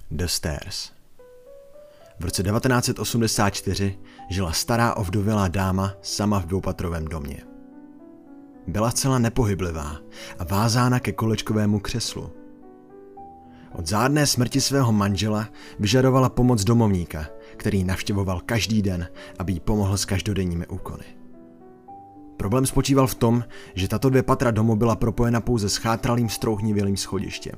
The Stairs. V roce 1984 žila stará ovdovělá dáma sama v dvoupatrovém domě. Byla zcela nepohyblivá a vázána ke kolečkovému křeslu. Od zádné smrti svého manžela vyžadovala pomoc domovníka, který navštěvoval každý den, aby jí pomohl s každodenními úkony. Problém spočíval v tom, že tato 2 patra domu byla propojena pouze schátralým strouhnivělým schodištěm.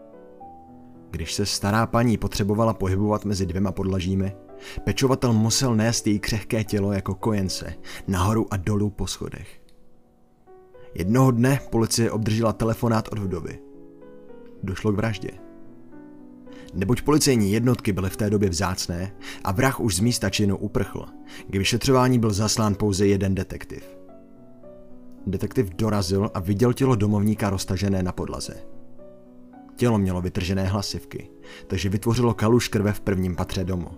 Když se stará paní potřebovala pohybovat mezi 2 podlažími, pečovatel musel nést její křehké tělo jako kojence nahoru a dolů po schodech. Jednoho dne policie obdržela telefonát od vdovy. Došlo k vraždě. Neboť policejní jednotky byly v té době vzácné a vrah už z místa činu uprchl, k vyšetřování byl zaslán pouze jeden detektiv. Detektiv dorazil a viděl tělo domovníka roztažené na podlaze. Tělo mělo vytržené hlasivky, takže vytvořilo kaluž krve v prvním patře domu.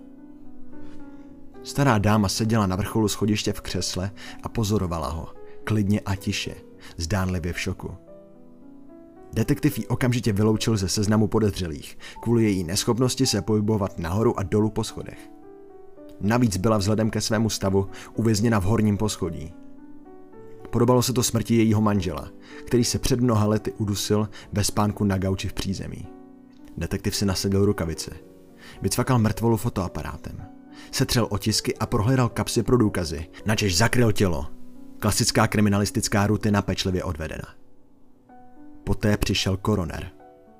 Stará dáma seděla na vrcholu schodiště v křesle a pozorovala ho, klidně a tiše, zdánlivě v šoku. Detektiv ji okamžitě vyloučil ze seznamu podezřelých kvůli její neschopnosti se pohybovat nahoru a dolů po schodech. Navíc byla vzhledem ke svému stavu uvězněna v horním poschodí. Podobalo se to smrti jejího manžela, který se před mnoha lety udusil ve spánku na gauči v přízemí. Detektiv si nasadil rukavice. Vycvakal mrtvolu fotoaparátem. Setřel otisky a prohledal kapsy pro důkazy, načež zakryl tělo. Klasická kriminalistická rutina pečlivě odvedena. Poté přišel koroner.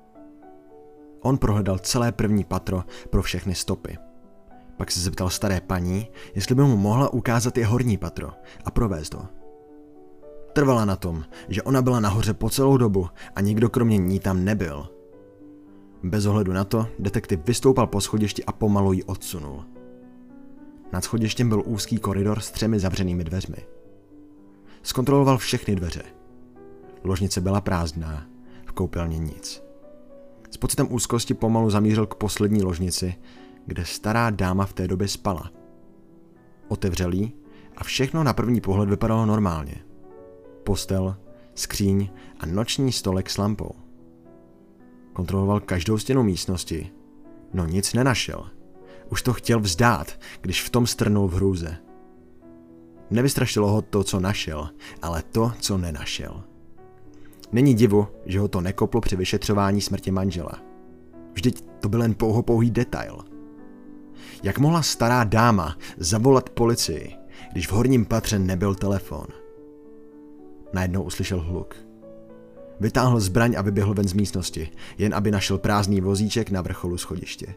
On prohledal celé první patro pro všechny stopy. Pak se zeptal staré paní, jestli by mu mohla ukázat je horní patro a provést ho. Trvala na tom, že ona byla nahoře po celou dobu a nikdo kromě ní tam nebyl. Bez ohledu na to, detektiv vystoupal po schodišti a pomalu ji odsunul. Nad schodištěm byl úzký koridor s 3 zavřenými dveřmi. Zkontroloval všechny dveře. Ložnice byla prázdná, v koupelně nic. S pocitem úzkosti pomalu zamířil k poslední ložnici, kde stará dáma v té době spala. Otevřel ji a všechno na první pohled vypadalo normálně. Postel, skříň a noční stolek s lampou. Kontroloval každou stěnu místnosti, no nic nenašel. Už to chtěl vzdát, když v tom strnul v hrůze. Nevystrašilo ho to, co našel, ale to, co nenašel. Není divu, že ho to nekoplo při vyšetřování smrti manžela. Vždyť to byl jen pouhý detail. Jak mohla stará dáma zavolat policii, když v horním patře nebyl telefon? Najednou uslyšel hluk. Vytáhl zbraň a vyběhl ven z místnosti, jen aby našel prázdný vozíček na vrcholu schodiště.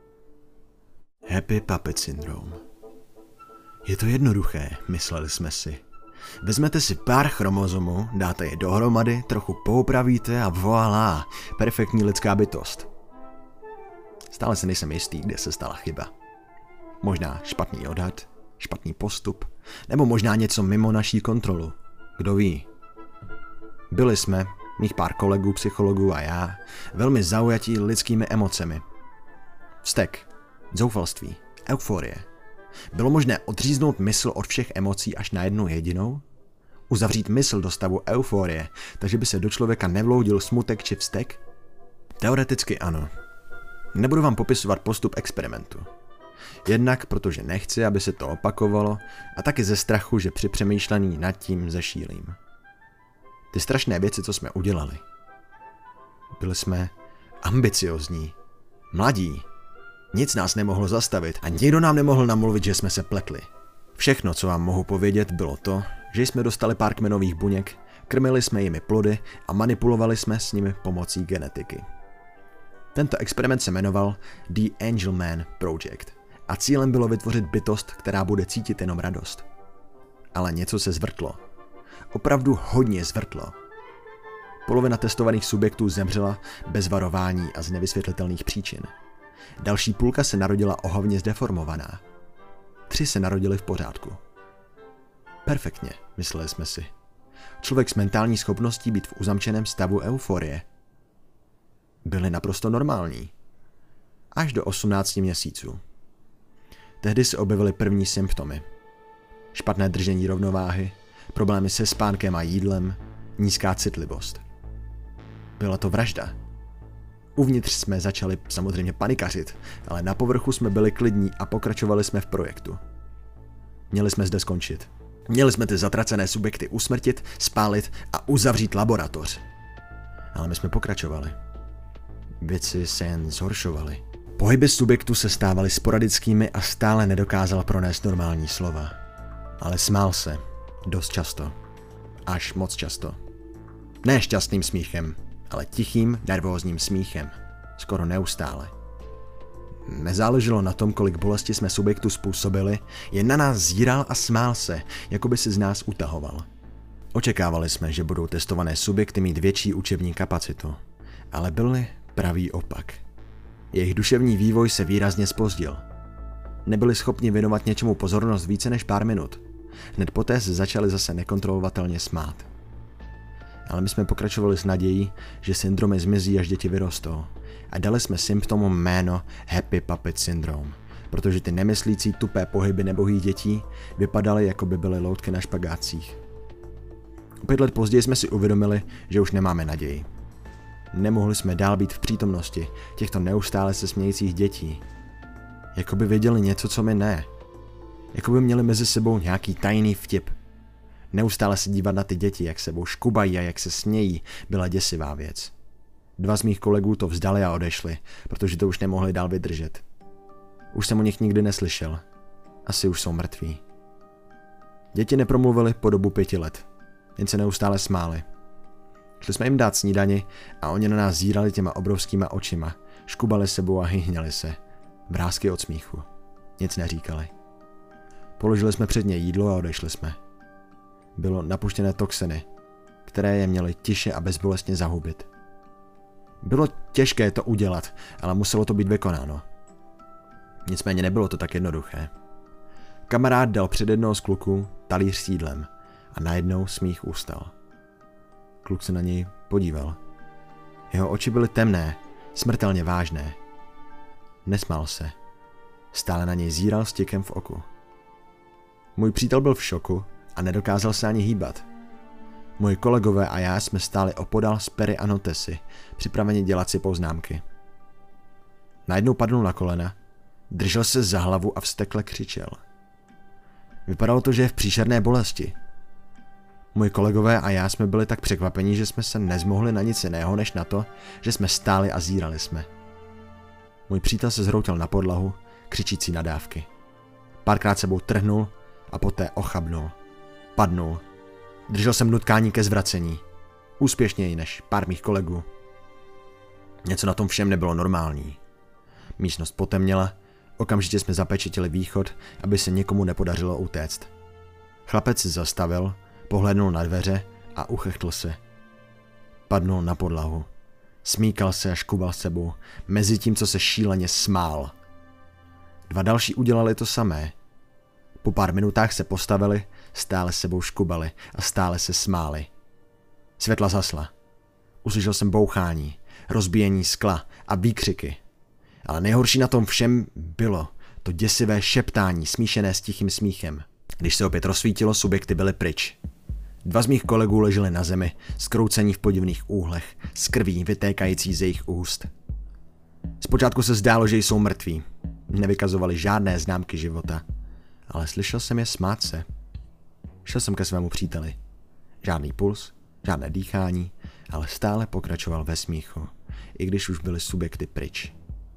Happy Puppet Syndrome. Je to jednoduché, mysleli jsme si. Vezmete si pár chromozomů, dáte je dohromady, trochu poupravíte a voilà, perfektní lidská bytost. Stále se nejsem jistý, kde se stala chyba. Možná špatný odhad, špatný postup, nebo možná něco mimo naší kontrolu. Kdo ví? Byli jsme, mých pár kolegů, psychologů a já, velmi zaujatí lidskými emocemi. Vztek, zoufalství, euforie. Bylo možné odříznout mysl od všech emocí až na jednu jedinou? Uzavřít mysl do stavu euforie, takže by se do člověka nevloudil smutek či vztek? Teoreticky ano. Nebudu vám popisovat postup experimentu. Jednak protože nechci, aby se to opakovalo, a taky ze strachu, že při přemýšlení nad tím zešílím. Ty strašné věci, co jsme udělali. Byli jsme ambiciozní, mladí. Nic nás nemohlo zastavit a nikdo nám nemohl namluvit, že jsme se pletli. Všechno, co vám mohu povědět, bylo to, že jsme dostali pár kmenových buněk, krmili jsme jimi plody a manipulovali jsme s nimi pomocí genetiky. Tento experiment se jmenoval The Angel Man Project a cílem bylo vytvořit bytost, která bude cítit jenom radost. Ale něco se zvrtlo. Opravdu hodně zvrtlo. Polovina testovaných subjektů zemřela bez varování a z nevysvětlitelných příčin. Další půlka se narodila ohavně zdeformovaná. 3 se narodili v pořádku. Perfektně, mysleli jsme si. Člověk s mentální schopností být v uzamčeném stavu euforie. Byli naprosto normální. Až do 18 měsíců. Tehdy se objevily první symptomy. Špatné držení rovnováhy, problémy se spánkem a jídlem, nízká citlivost. Byla to vražda. Uvnitř jsme začali samozřejmě panikařit, ale na povrchu jsme byli klidní a pokračovali jsme v projektu. Měli jsme zde skončit. Měli jsme ty zatracené subjekty usmrtit, spálit a uzavřít laboratoř. Ale my jsme pokračovali. Věci se jen zhoršovaly. Pohyby subjektů se stávaly sporadickými a stále nedokázal pronést normální slova. Ale smál se. Dost často. Až moc často. Ne šťastným smíchem, ale tichým, nervózním smíchem. Skoro neustále. Nezáleželo na tom, kolik bolesti jsme subjektu způsobili, jen na nás zíral a smál se, jako by si z nás utahoval. Očekávali jsme, že budou testované subjekty mít větší učební kapacitu, ale byli pravý opak. Jejich duševní vývoj se výrazně zpozdil. Nebyli schopni věnovat něčemu pozornost více než pár minut. Hned poté se začali zase nekontrolovatelně smát. Ale my jsme pokračovali s nadějí, že syndromy zmizí, až děti vyrostou. A dali jsme symptomům jméno Happy Puppet Syndrome, protože ty nemyslící tupé pohyby nebohých dětí vypadaly, jako by byly loutky na špagácích. O 5 let později jsme si uvědomili, že už nemáme naději. Nemohli jsme dál být v přítomnosti těchto neustále se smějících dětí. Jako by věděli něco, co my ne. Jako by měli mezi sebou nějaký tajný vtip. Neustále se dívat na ty děti, jak sebou škubají a jak se smějí, byla děsivá věc. 2 z mých kolegů to vzdali a odešli, protože to už nemohli dál vydržet. Už jsem o nich nikdy neslyšel. Asi už jsou mrtví. Děti nepromluvili po dobu 5 let. Jen se neustále smáli. Šli jsme jim dát snídani a oni na nás zírali těma obrovskýma očima, škubali sebou a hyhněli se. Vrásky od smíchu. Nic neříkali. Položili jsme před ně jídlo a odešli jsme. Bylo napuštěné toxiny, které je měly tiše a bezbolestně zahubit. Bylo těžké to udělat, ale muselo to být vykonáno. Nicméně nebylo to tak jednoduché. Kamarád dal před jednoho z kluků talíř s jídlem a najednou smích ustal. Kluk se na něj podíval. Jeho oči byly temné, smrtelně vážné. Nesmál se. Stále na něj zíral s tikem v oku. Můj přítel byl v šoku a nedokázal se ani hýbat. Moji kolegové a já jsme stáli opodál s pery a notesy, připraveni dělat si poznámky. Najednou padl na kolena, držel se za hlavu a vztekle křičel. Vypadalo to, že je v příšerné bolesti. Moji kolegové a já jsme byli tak překvapeni, že jsme se nezmohli na nic jiného, než na to, že jsme stáli a zírali jsme. Můj přítel se zhroutil na podlahu, křičící nadávky. Párkrát sebou trhnul a poté ochabnul. Padnul. Držel jsem nutkání ke zvracení. Úspěšněji než pár mých kolegů. Něco na tom všem nebylo normální. Místnost potemněla, okamžitě jsme zapečetili východ, aby se někomu nepodařilo utéct. Chlapec se zastavil, pohlédnul na dveře a uchechtl se. Padnul na podlahu. Smíkal se a škubal sebou, mezi tím, co se šíleně smál. 2 další udělali to samé. Po pár minutách se postavili, stále sebou škubali a stále se smáli. Světla zasla. Uslyšel jsem bouchání, rozbíjení skla a výkřiky. Ale nejhorší na tom všem bylo to děsivé šeptání smíšené s tichým smíchem. Když se opět rozsvítilo, subjekty byly pryč. 2 z mých kolegů leželi na zemi, zkroucení v podivných úhlech, s krví vytékající z jejich úst. Zpočátku se zdálo, že jsou mrtví. Nevykazovali žádné známky života. Ale slyšel jsem je smát se. Šel jsem ke svému příteli. Žádný puls, žádné dýchání, ale stále pokračoval ve smíchu, i když už byly subjekty pryč.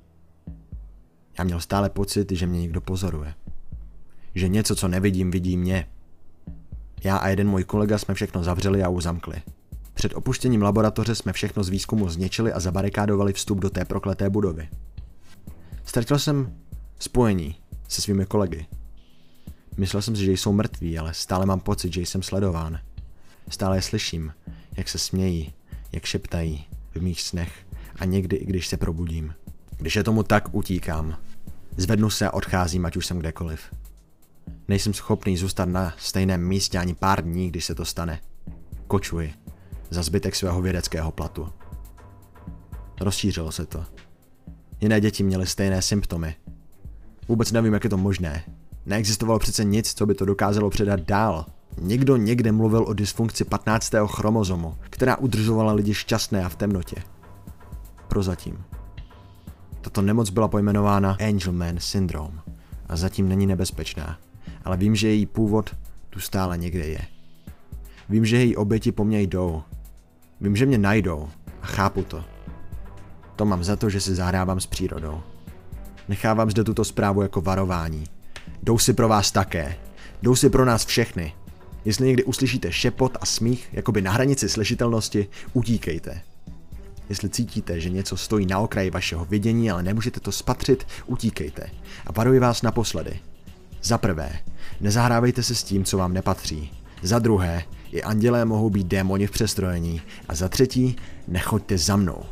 Já měl stále pocit, že mě někdo pozoruje. Že něco, co nevidím, vidí mě. Já a jeden můj kolega jsme všechno zavřeli a uzamkli. Před opuštěním laboratoře jsme všechno z výzkumu zničili a zabarikádovali vstup do té prokleté budovy. Ztratil jsem spojení se svými kolegy. Myslel jsem si, že jsou mrtví, ale stále mám pocit, že jsem sledován. Stále je slyším, jak se smějí, jak šeptají v mých snech a někdy i když se probudím. Když je tomu tak, utíkám. Zvednu se a odcházím, ať už jsem kdekoliv. Nejsem schopný zůstat na stejném místě ani pár dní, když se to stane. Kočuji za zbytek svého vědeckého platu. Rozšířilo se to. Jiné děti měly stejné symptomy. Vůbec nevím, jak je to možné. Neexistovalo přece nic, co by to dokázalo předat dál. Někdo někde mluvil o dysfunkci 15. chromozomu, která udržovala lidi šťastné a v temnotě. prozatím. Tato nemoc byla pojmenována Angelman syndrome a zatím není nebezpečná, ale vím, že její původ tu stále někde je. Vím, že její oběti po mně jdou. Vím, že mě najdou a chápu to. To mám za to, že si zahrávám s přírodou. Nechávám zde tuto zprávu jako varování. Jdou si pro vás také. Jdou si pro nás všechny. Jestli někdy uslyšíte šepot a smích, jakoby na hranici slyšitelnosti, utíkejte. Jestli cítíte, že něco stojí na okraji vašeho vidění, ale nemůžete to spatřit, utíkejte. A varuji vás naposledy. Za prvé, nezahrávejte se s tím, co vám nepatří. Za druhé, i andělé mohou být démoni v přestrojení. A za třetí, nechoďte za mnou.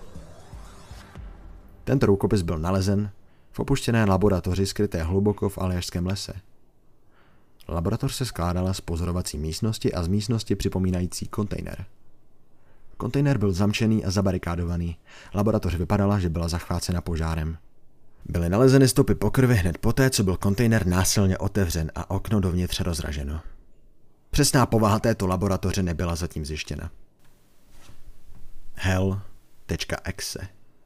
Tento rukopis byl nalezen v opuštěné laboratoři skryté hluboko v Aljašském lese. Laboratoř se skládala z pozorovací místnosti a z místnosti připomínající kontejner. Kontejner byl zamčený a zabarikádovaný. Laboratoř vypadala, že byla zachvácena požárem. Byly nalezeny stopy po krvi hned poté, co byl kontejner násilně otevřen a okno dovnitř rozraženo. Přesná povaha této laboratoře nebyla zatím zjištěna. Hell.exe.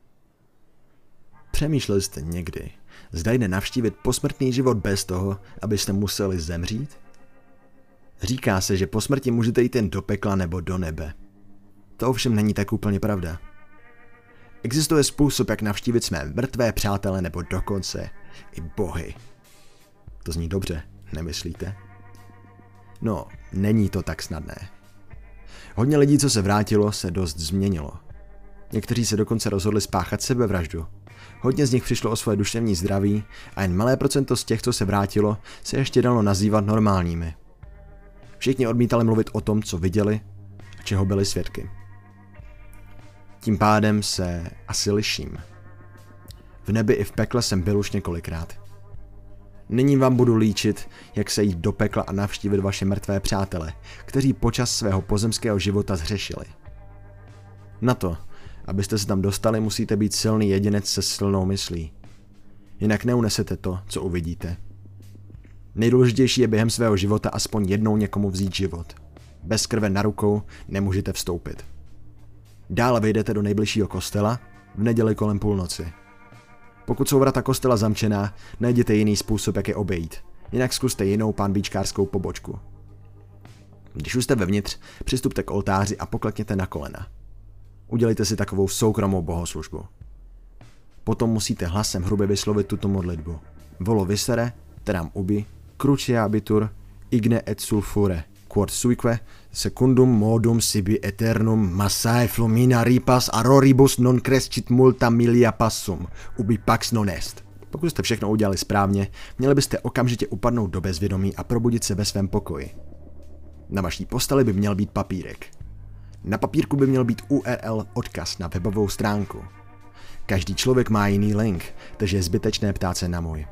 Přemýšleli jste někdy, zda jde navštívit posmrtný život bez toho, abyste museli zemřít? Říká se, že po smrti můžete jít jen do pekla nebo do nebe. To ovšem není tak úplně pravda. Existuje způsob, jak navštívit své mrtvé přátele nebo dokonce i bohy. To zní dobře, nemyslíte? No, není to tak snadné. Hodně lidí, co se vrátilo, se dost změnilo. Někteří se dokonce rozhodli spáchat sebevraždu. Hodně z nich přišlo o svoje duševní zdraví a jen malé procento z těch, co se vrátilo, se ještě dalo nazývat normálními. Všichni odmítali mluvit o tom, co viděli a čeho byli svědky. Tím pádem se asi liším. V nebi i v pekle jsem byl už několikrát. Nyní vám budu líčit, jak se jít do pekla a navštívit vaše mrtvé přátele, kteří počas svého pozemského života zhřešili. Na to, abyste se tam dostali, musíte být silný jedinec se silnou myslí. Jinak neunesete to, co uvidíte. Nejdůležitější je během svého života aspoň jednou někomu vzít život. Bez krve na rukou nemůžete vstoupit. Dále vejdete do nejbližšího kostela v neděli kolem půlnoci. Pokud jsou vrata kostela zamčená, najděte jiný způsob, jak je obejít. Jinak zkuste jinou pánbíčkářskou pobočku. Když už jste vevnitř, přistupte k oltáři a poklekněte na kolena. Udělejte si takovou soukromou bohoslužbu. Potom musíte hlasem hrubě vyslovit tuto modlitbu. Volo visere, teram ubi, crucia abitur, igne et sulfure, quod suique, secundum modum sibi eternum massae flumina ripas aroribus non crescit multa milia passum, ubi pax non est. Pokud jste všechno udělali správně, měli byste okamžitě upadnout do bezvědomí a probudit se ve svém pokoji. Na vaší posteli by měl být papírek. Na papírku by měl být URL odkaz na webovou stránku. Každý člověk má jiný link, takže je zbytečné ptát se na můj.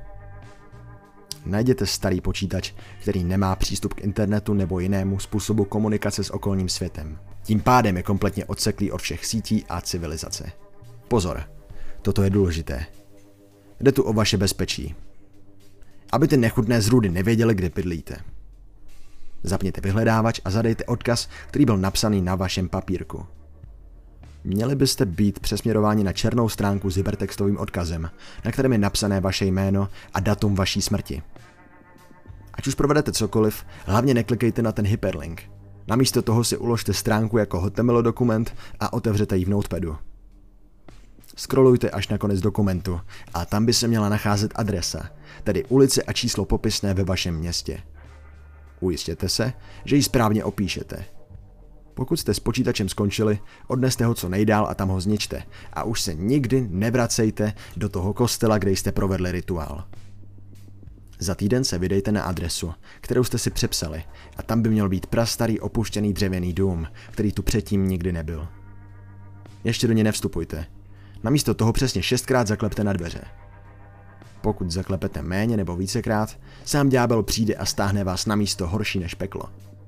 Najděte starý počítač, který nemá přístup k internetu nebo jinému způsobu komunikace s okolním světem. Tím pádem je kompletně odseklý od všech sítí a civilizace. Pozor, toto je důležité. Jde tu o vaše bezpečí. Aby ty nechutné zrůdy nevěděli, kde bydlíte. Zapněte vyhledávač a zadejte odkaz, který byl napsaný na vašem papírku. Měli byste být přesměrováni na černou stránku s hypertextovým odkazem, na kterém je napsané vaše jméno a datum vaší smrti. Ať už provedete cokoliv, hlavně neklikejte na ten hyperlink. Namísto toho si uložte stránku jako HTML dokument a otevřete ji v Notepadu. Scrollujte až na konec dokumentu a tam by se měla nacházet adresa, tedy ulice a číslo popisné ve vašem městě. Ujistěte se, že ji správně opíšete. Pokud jste s počítačem skončili, odneste ho co nejdál a tam ho zničte a už se nikdy nevracejte do toho kostela, kde jste provedli rituál. Za týden se vydejte na adresu, kterou jste si přepsali a tam by měl být prastarý opuštěný dřevěný dům, který tu předtím nikdy nebyl. Ještě do něj nevstupujte. Namísto toho přesně 6krát zaklepte na dveře. Pokud zaklepete méně nebo vícekrát, sám ďábel přijde a stáhne vás na místo horší než peklo.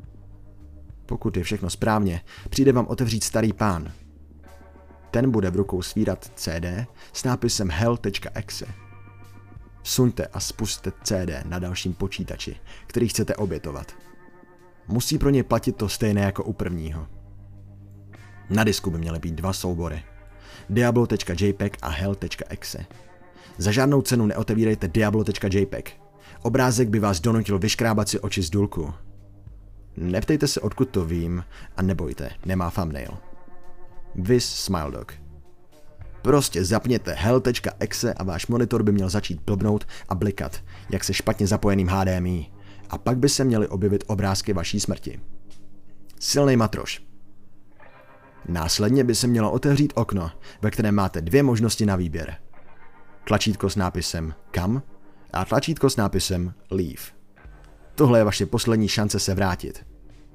Pokud je všechno správně, přijde vám otevřít starý pán. Ten bude v rukou svírat CD s nápisem hell.exe. Vsuňte a spusťte CD na dalším počítači, který chcete obětovat. Musí pro ně platit to stejné jako u prvního. Na disku by měly být 2 soubory. Diablo.jpg a hell.exe. Za žádnou cenu neotevírejte Diablo.jpg. Obrázek by vás donutil vyškrábat si oči z důlku. Neptejte se, odkud to vím, a nebojte, nemá thumbnail. Vis Smiledog. Prostě zapněte hell.exe a váš monitor by měl začít blbnout a blikat, jak se špatně zapojeným HDMI. A pak by se měly objevit obrázky vaší smrti. Silnej matroš. Následně by se mělo otevřít okno, ve kterém máte dvě možnosti na výběr. Tlačítko s nápisem Come a tlačítko s nápisem Leave. Tohle je vaše poslední šance se vrátit.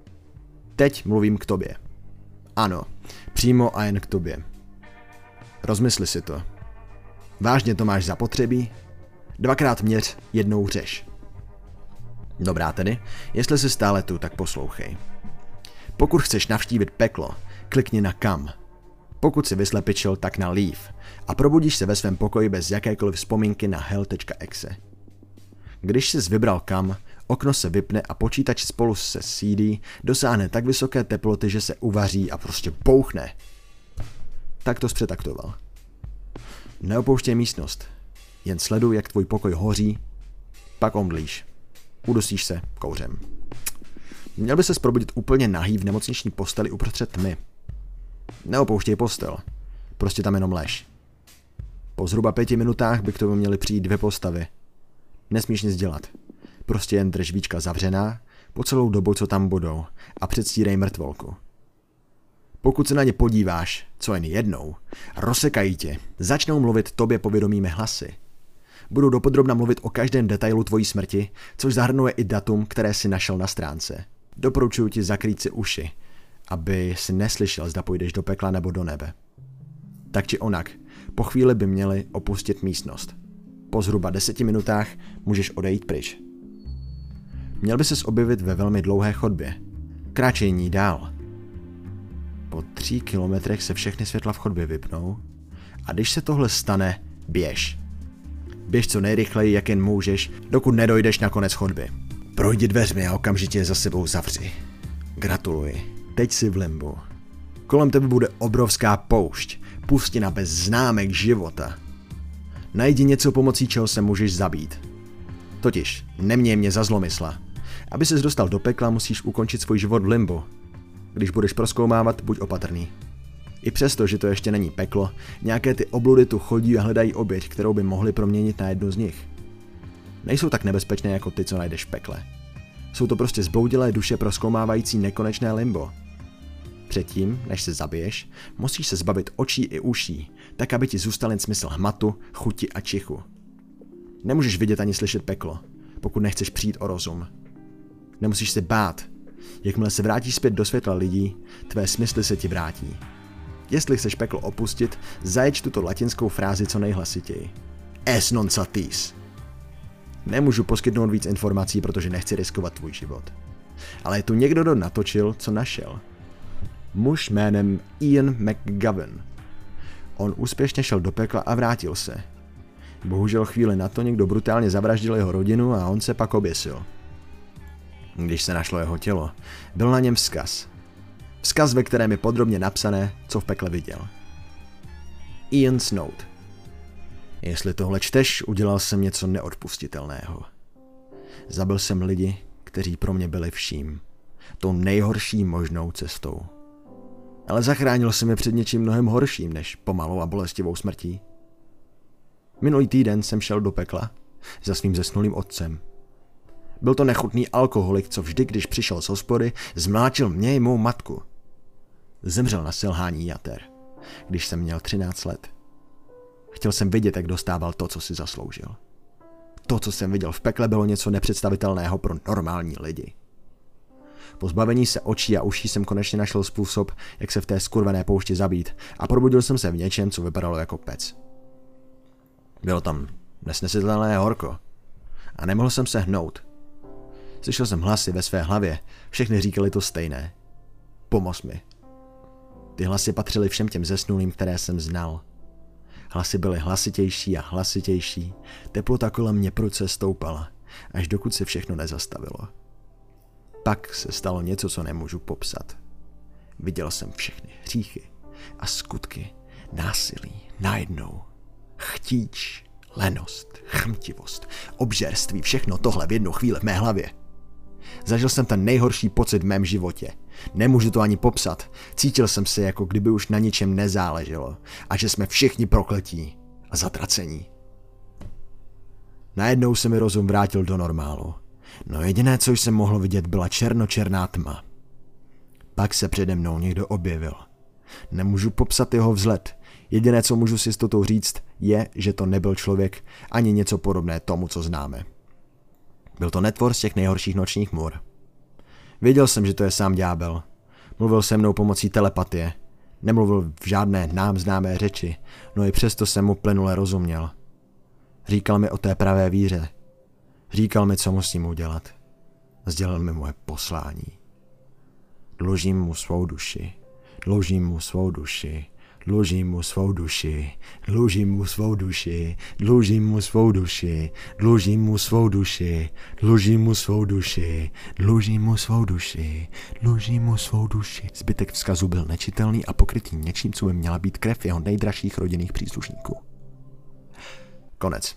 Teď mluvím k tobě. Ano, přímo a jen k tobě. Rozmysli si to. Vážně to máš zapotřebí? 2krát měř, 1 řeš. Dobrá tedy, jestli jsi stále tu, tak poslouchej. Pokud chceš navštívit peklo, klikni na Come. Pokud si vyslepičil, tak na Leave a probudíš se ve svém pokoji bez jakékoliv vzpomínky na hell.exe. Když jsi vybral Come, okno se vypne a počítač spolu se CD dosáhne tak vysoké teploty, že se uvaří a prostě bouchne. Tak to zpřetaktoval. Neopouštěj místnost. Jen sleduj, jak tvůj pokoj hoří, pak omdlíš. Udusíš se kouřem. Měl by ses probudit úplně nahý v nemocniční posteli uprostřed tmy. Neopouštěj postel. Prostě tam jenom lež. Po zhruba 5 minutách by k tomu měly přijít 2 postavy. Nesmíš nic dělat. Prostě jen drž víčka zavřená po celou dobu, co tam budou, a předstírej mrtvolku. Pokud se na ně podíváš, co jen jednou, rozsekají tě, začnou mluvit tobě povědomými hlasy. Budou dopodrobna mluvit o každém detailu tvojí smrti, což zahrnuje i datum, které si našel na stránce. Doporučuji ti zakrýt si uši, aby si neslyšel, zda půjdeš do pekla nebo do nebe. Tak či onak, po chvíli by měli opustit místnost. Po zhruba 10 minutách můžeš odejít pryč. Měl by ses objevit ve velmi dlouhé chodbě. Kráčení dál. Po 3 kilometrech se všechny světla v chodbě vypnou a když se tohle stane, běž. Běž co nejrychleji, jak jen můžeš, dokud nedojdeš na konec chodby. Projdi dveřmi a okamžitě je za sebou zavři. Gratuluji, teď jsi v limbu. Kolem tebe bude obrovská poušť, pustina bez známek života. Najdi něco, pomocí čeho se můžeš zabít. Totiž, neměj mě za zlomysla. Aby ses dostal do pekla, musíš ukončit svůj život v limbu. Když budeš prozkoumávat, buď opatrný. I přesto, že to ještě není peklo, nějaké ty obludy tu chodí a hledají oběť, kterou by mohli proměnit na jednu z nich. Nejsou tak nebezpečné jako ty, co najdeš v pekle. Jsou to prostě zbloudilé duše prozkoumávající nekonečné limbo. Předtím, než se zabiješ, musíš se zbavit očí i uší, tak aby ti zůstal jen smysl hmatu, chuti a čichu. Nemůžeš vidět ani slyšet peklo, pokud nechceš přijít o rozum. Nemusíš se bát. Jakmile se vrátíš zpět do světla lidí, tvé smysly se ti vrátí. Jestli chceš peklo opustit, zajeď tuto latinskou frázi co nejhlasitěji. Es non satis. Nemůžu poskytnout víc informací, protože nechci riskovat tvůj život. Ale je tu někdo, kdo natočil, co našel. Muž jménem Ian McGovern. On úspěšně šel do pekla a vrátil se. Bohužel chvíli na to někdo brutálně zavraždil jeho rodinu a on se pak oběsil. Když se našlo jeho tělo, byl na něm vzkaz. Vzkaz, ve kterém je podrobně napsané, co v pekle viděl. Ian's note. Jestli tohle čteš, udělal jsem něco neodpustitelného. Zabil jsem lidi, kteří pro mě byli vším. Tou nejhorší možnou cestou. Ale zachránil jsem je před něčím mnohem horším, než pomalou a bolestivou smrtí. Minulý týden jsem šel do pekla za svým zesnulým otcem. Byl to nechutný alkoholik, co vždy, když přišel z hospody, zmláčil mě i mou matku. Zemřel na selhání jater, když jsem měl 13 let. Chtěl jsem vidět, jak dostával to, co si zasloužil. To, co jsem viděl v pekle, bylo něco nepředstavitelného pro normální lidi. Po zbavení se očí a uší jsem konečně našel způsob, jak se v té skurvené poušti zabít, a probudil jsem se v něčem, co vypadalo jako pec. Bylo tam nesnesitelné horko a nemohl jsem se hnout. Slyšel jsem hlasy ve své hlavě, všechny říkali to stejné. Pomoz mi. Ty hlasy patřily všem těm zesnulým, které jsem znal. Hlasy byly hlasitější a hlasitější, teplota kolem mě prudce stoupala, až dokud se všechno nezastavilo. Pak se stalo něco, co nemůžu popsat. Viděl jsem všechny hříchy a skutky Násilí, najednou. Chtíč, lenost, chmtivost, obžerství, všechno tohle v jednu chvíli v mé hlavě. Zažil jsem ten nejhorší pocit v mém životě. Nemůžu to ani popsat. Cítil jsem se, jako kdyby už na ničem nezáleželo a že jsme všichni prokletí a zatracení. Najednou se mi rozum vrátil do normálu. No jediné, co jsem mohl vidět, byla černočerná tma. Pak se přede mnou někdo objevil. Nemůžu popsat jeho vzhled. Jediné, co můžu si s jistotou říct, je, že to nebyl člověk ani něco podobné tomu, co známe. Byl to netvor z těch nejhorších nočních můr. Věděl jsem, že to je sám ďábel. Mluvil se mnou pomocí telepatie. Nemluvil v žádné nám známé řeči, no i přesto jsem mu plynule rozuměl. Říkal mi o té pravé víře. Říkal mi, co musím udělat. Sdělil mi moje poslání. Dlužím mu svou duši. Dlužím mu svou duši. Dlužím mu svou duši, dlužím mu svou duši, dlužím mu svou duši, dlužím mu svou duši, dlužím mu svou duši, dlužím mu svou duši, dlužím mu svou duši. Zbytek vzkazu byl nečitelný a pokrytý něčím, co by měla být krev jeho nejdražších rodinných příslušníků. Konec.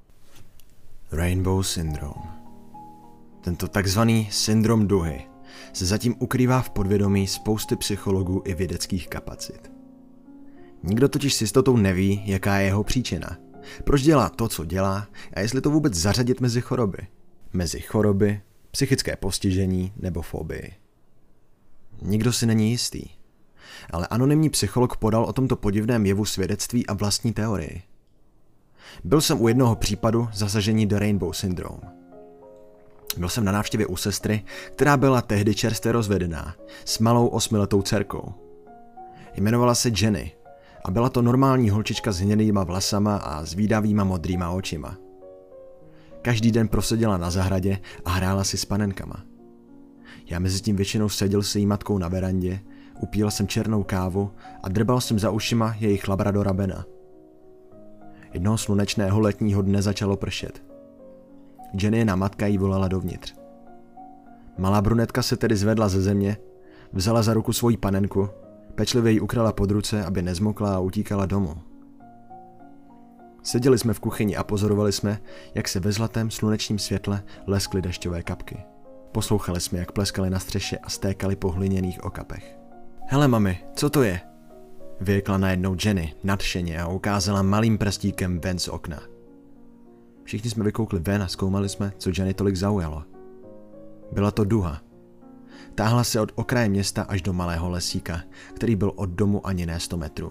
Rainbow Syndrome. Tento takzvaný syndrom duhy se zatím ukrývá v podvědomí spousty psychologů i vědeckých kapacit. Nikdo totiž s jistotou neví, jaká je jeho příčina. Proč dělá to, co dělá a jestli to vůbec zařadit mezi choroby. Mezi choroby, psychické postižení nebo fobii. Nikdo si není jistý. Ale anonymní psycholog podal o tomto podivném jevu svědectví a vlastní teorii. Byl jsem u jednoho případu zasažení do Rainbow Syndrome. Byl jsem na návštěvě u sestry, která byla tehdy čerstvě rozvedená, s malou 8letou dcerkou. Jmenovala se Jenny a byla to normální holčička s hnědýma vlasama a zvídavýma modrýma očima. Každý den proseděla na zahradě a hrála si s panenkama. Já mezi tím většinou seděl se jí matkou na verandě, upíjel jsem černou kávu a drbal jsem za ušima jejich labradora Bena. Jednoho slunečného letního dne začalo pršet. Jennyna matka jí volala dovnitř. Malá brunetka se tedy zvedla ze země, vzala za ruku svoji panenku, pečlivě ji ukrala pod ruce, aby nezmokla a utíkala domů. Seděli jsme v kuchyni a pozorovali jsme, jak se ve zlatém slunečním světle leskly dešťové kapky. Poslouchali jsme, jak pleskaly na střeše a stékaly po hliněných okapech. Hele mami, co to je? Vyjekla najednou Jenny nadšeně a ukázala malým prstíkem ven z okna. Všichni jsme vykoukli ven a zkoumali jsme, co Jenny tolik zaujalo. Byla to duha. Táhla se od okraje města až do malého lesíka, který byl od domu ani ne 100 metrů.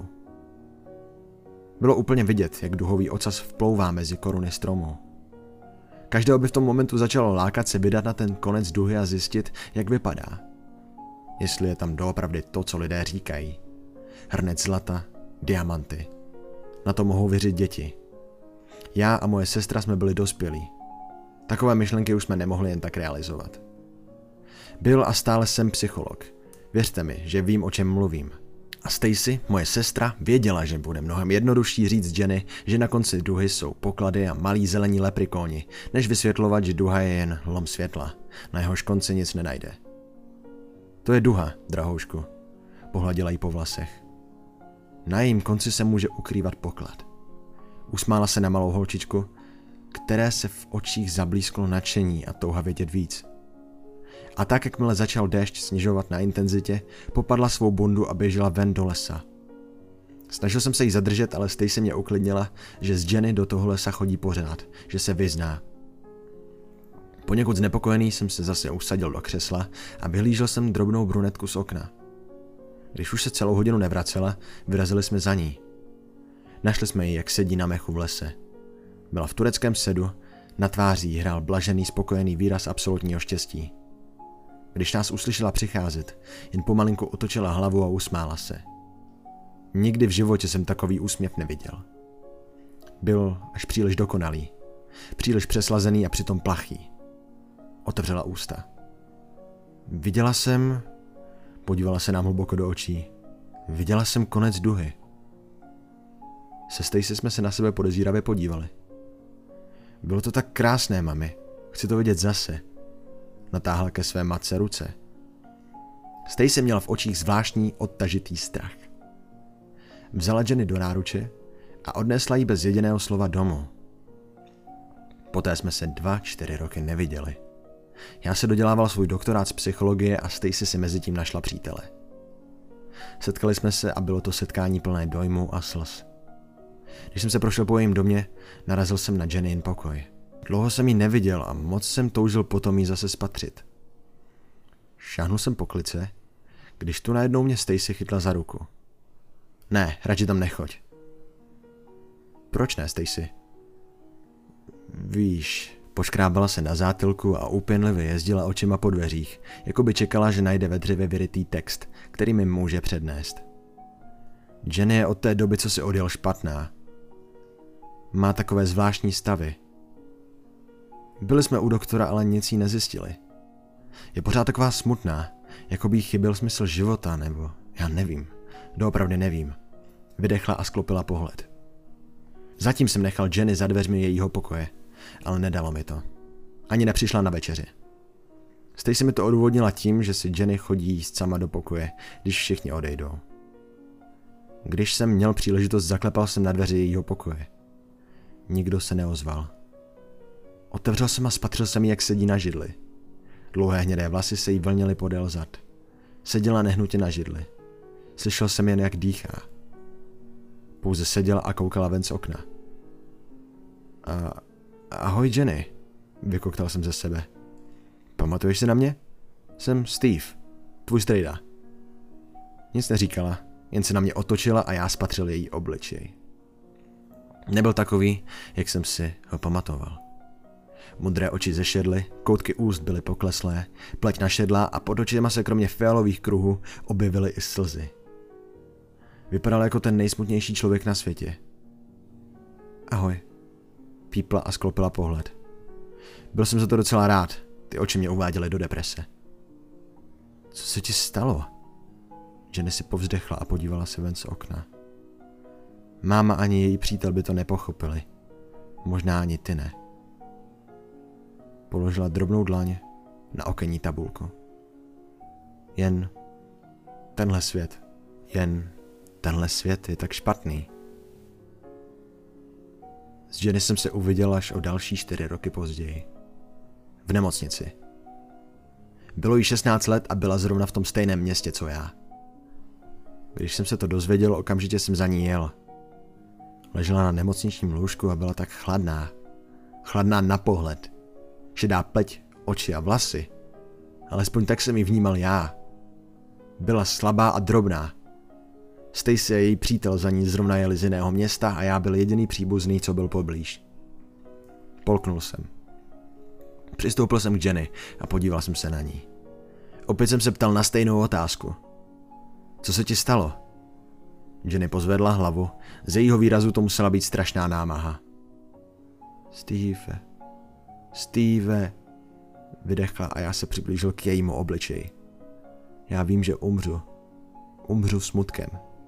Bylo úplně vidět, jak duhový ocas vplouvá mezi koruny stromů. Každého by v tom momentu začalo lákat se vydat na ten konec duhy a zjistit, jak vypadá. Jestli je tam doopravdy to, co lidé říkají. Hrnec zlata, diamanty. Na to mohou věřit děti. Já a moje sestra jsme byli dospělí. Takové myšlenky už jsme nemohli jen tak realizovat. Byl a stále jsem psycholog. Věřte mi, že vím, o čem mluvím. A Stacy, moje sestra, věděla, že bude mnohem jednodušší říct Jenny, že na konci duhy jsou poklady a malí zelení leprikóni, než vysvětlovat, že duha je jen lom světla. Na jehož konci nic nenajde. To je duha, drahoušku. Pohladila jí po vlasech. Na jejím konci se může ukrývat poklad. Usmála se na malou holčičku, které se v očích zablísklo nadšení a touha vědět víc. A tak, jakmile začal déšť snižovat na intenzitě, popadla svou bundu a běžela ven do lesa. Snažil jsem se jí zadržet, ale Stacy mě uklidnila, že z Jenny do toho lesa chodí pořád, že se vyzná. Poněkud znepokojený jsem se zase usadil do křesla a vyhlížel jsem drobnou brunetku z okna. Když už se celou hodinu nevracela, vyrazili jsme za ní. Našli jsme ji, jak sedí na mechu v lese. Byla v tureckém sedu, na tváři jí hrál blažený, spokojený výraz absolutního štěstí. Když nás uslyšela přicházet, jen pomalinku otočila hlavu a usmála se. Nikdy v životě jsem takový úsměv neviděl. Byl až příliš dokonalý, příliš přeslazený a přitom plachý. Otevřela ústa. Viděla jsem... Podívala se nám hluboko do očí. Viděla jsem konec duhy. Se Stacy jsme se na sebe podezíravě podívali. Bylo to tak krásné, mami. Chci to vidět zase. Natáhla ke své matce ruce. Stacy měla v očích zvláštní, odtažitý strach. Vzala Jenny do náruče a odnesla ji bez jediného slova domů. Poté jsme se 2-4 roky neviděli. Já se dodělával svůj doktorát z psychologie a Stacy si mezi tím našla přítele. Setkali jsme se a bylo to setkání plné dojmu a slz. Když jsem se prošel po jejím domě, narazil jsem na Jennyin pokoj. Dlouho jsem ji neviděl a moc jsem toužil potom jí zase spatřit. Šáhnul jsem po klice, když tu najednou mě Stacy chytla za ruku. Ne, radši tam nechoď. Proč ne, Stacy? Víš, poškrábala se na zátylku a úpěnlivě jezdila očima po dveřích, jako by čekala, že najde ve dřevě vyrytý text, který mi může přednést. Jenny je od té doby, co si odjel, špatná. Má takové zvláštní stavy. Byli jsme u doktora, ale nic jí nezjistili. Je pořád taková smutná, jako by jí chyběl smysl života, nebo já nevím. Doopravdy nevím. Vydechla a sklopila pohled. Zatím jsem nechal Jenny za dveřmi jejího pokoje, ale nedalo mi to. Ani nepřišla na večeři. Stacy mi to odůvodnila tím, že si Jenny chodí jíst sama do pokoje, když všichni odejdou. Když jsem měl příležitost, zaklepal jsem na dveře jejího pokoje. Nikdo se neozval. Otevřel jsem a spatřil jsem ji, jak sedí na židli. Dlouhé hnědé vlasy se jí vlnily podél zad. Seděla nehnutě na židli. Slyšel jsem jen, jak dýchá. Pouze seděla a koukala ven z okna. Ahoj Jenny, vykoktal jsem ze sebe. Pamatuješ si na mě? Jsem Steve, tvůj strejda. Nic neříkala, jen se na mě otočila a já spatřil její obličej. Nebyl takový, jak jsem si ho pamatoval. Modré oči zešedly, koutky úst byly pokleslé, pleť našedlá a pod očima se kromě fialových kruhů objevily i slzy. Vypadal jako ten nejsmutnější člověk na světě. Ahoj, pípla a sklopila pohled. Byl jsem za to docela rád, ty oči mě uváděly do deprese. Co se ti stalo? Jenny si povzdechla a podívala se ven z okna. Máma ani její přítel by to nepochopili. Možná ani ty ne. Položila drobnou dlaň na okenní tabulku. Jen tenhle svět je tak špatný. S Jenny jsem se uviděl až o další 4 roky později. V nemocnici. Bylo jí 16 let a byla zrovna v tom stejném městě, co já. Když jsem se to dozvěděl, okamžitě jsem za ní jel. Ležela na nemocničním lůžku a byla tak chladná. Chladná na pohled. Šedá pleť, oči a vlasy. Alespoň tak jsem ji vnímal já. Byla slabá a drobná. Stacy a její přítel za ní zrovna jeli z jiného města a já byl jediný příbuzný, co byl poblíž. Polknul jsem. Přistoupil jsem k Jenny a podíval jsem se na ní. Opět jsem se ptal na stejnou otázku. Co se ti stalo? Jenny pozvedla hlavu, z jejího výrazu to musela být strašná námaha. Steve, vydechla a já se přiblížil k jejímu obličeji. Já vím, že umřu smutkem.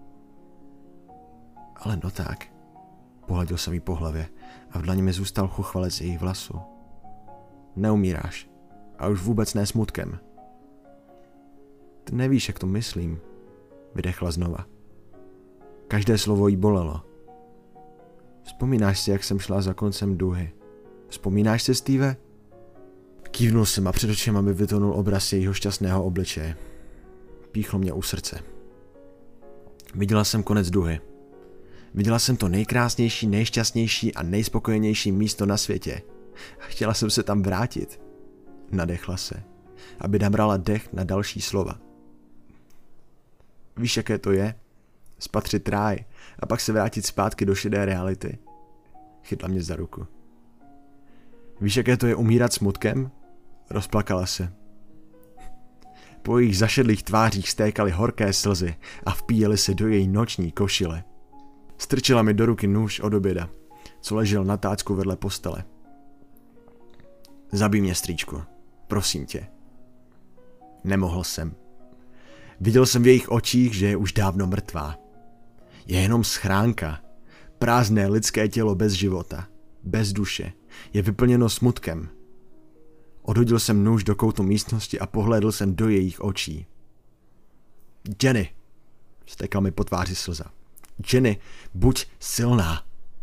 Ale no tak, pohladil jsem jí po hlavě a v dlani mi zůstal chuchvalec jejich vlasů. Neumíráš a už vůbec ne smutkem. Ty nevíš, jak to myslím, vydechla znova. Každé slovo jí bolelo. Vzpomínáš si, jak jsem šla za koncem duhy? Vzpomínáš si, Steve? Kývnul jsem a před očima mi vytonul obraz jejího šťastného obličeje. Píchlo mě u srdce. Viděla jsem konec duhy. Viděla jsem to nejkrásnější, nejšťastnější a nejspokojenější místo na světě. A chtěla jsem se tam vrátit. Nadechla se, aby nabrala dech na další slova. Víš, jaké to je? Spatřit ráj a pak se vrátit zpátky do šedé reality. Chytla mě za ruku. Víš, jaké to je umírat smutkem? Rozplakala se. Po jejich zašedlých tvářích stékaly horké slzy a vpíjely se do její noční košile. Strčila mi do ruky nůž od oběda, co ležel na tácku vedle postele. Zabij mě, strýčku, prosím tě. Nemohl jsem. Viděl jsem v jejich očích, že je už dávno mrtvá. Je jenom schránka, prázdné lidské tělo bez života, bez duše, je vyplněno smutkem. Odhodil jsem nůž do koutu místnosti a pohlédl jsem do jejich očí. Jenny, vztekla mi po tváři slza. Jenny, buď silná.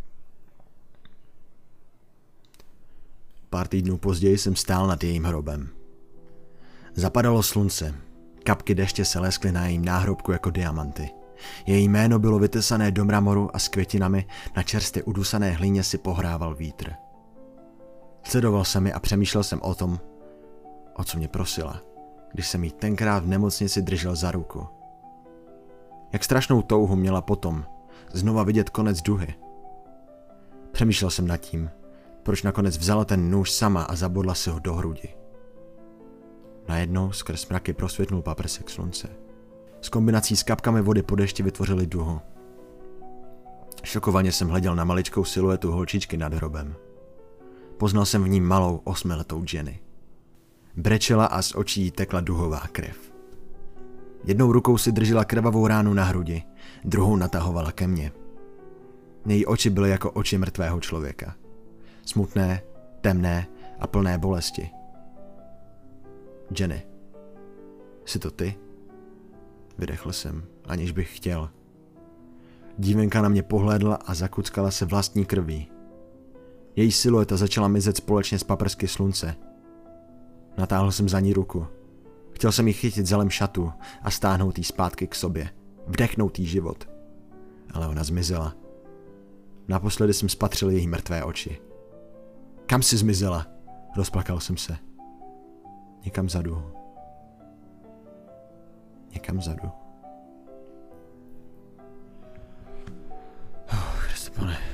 Pár týdnů později jsem stál nad jejím hrobem. Zapadalo slunce. Kapky deště se leskly na jejím náhrobku jako diamanty. Její jméno bylo vytesané do mramoru a s květinami na čerstvě udusané hlíně si pohrával vítr. Sledoval jsem ji a přemýšlel jsem o tom, o co mě prosila, když jsem jí tenkrát v nemocnici držel za ruku. Jak strašnou touhu měla potom znova vidět konec duhy. Přemýšlel jsem nad tím, proč nakonec vzala ten nůž sama a zabodla si ho do hrudi. Najednou skrz mraky prosvětnul paprsek slunce. S kombinací s kapkami vody po dešti vytvořili duhu. Šokovaně jsem hleděl na maličkou siluetu holčičky nad hrobem. Poznal jsem v ní malou 8letou Jenny. Brečela a z očí jí tekla duhová krev. Jednou rukou si držela krvavou ránu na hrudi, druhou natahovala ke mně. Její oči byly jako oči mrtvého člověka. Smutné, temné a plné bolesti. Jenny, jsi to ty? Vydechl jsem, aniž bych chtěl. Dívenka na mě pohlédla a zakuckala se vlastní krví. Její silueta začala mizet společně s paprsky slunce. Natáhl jsem za ní ruku. Chtěl jsem jí chytit za lem šatu a stáhnout jí zpátky k sobě. Vdechnout jí život. Ale ona zmizela. Naposledy jsem spatřil její mrtvé oči. Kam jsi zmizela? Rozplakal jsem se. Někam vzadu. Někam vzadu. Kriste pane.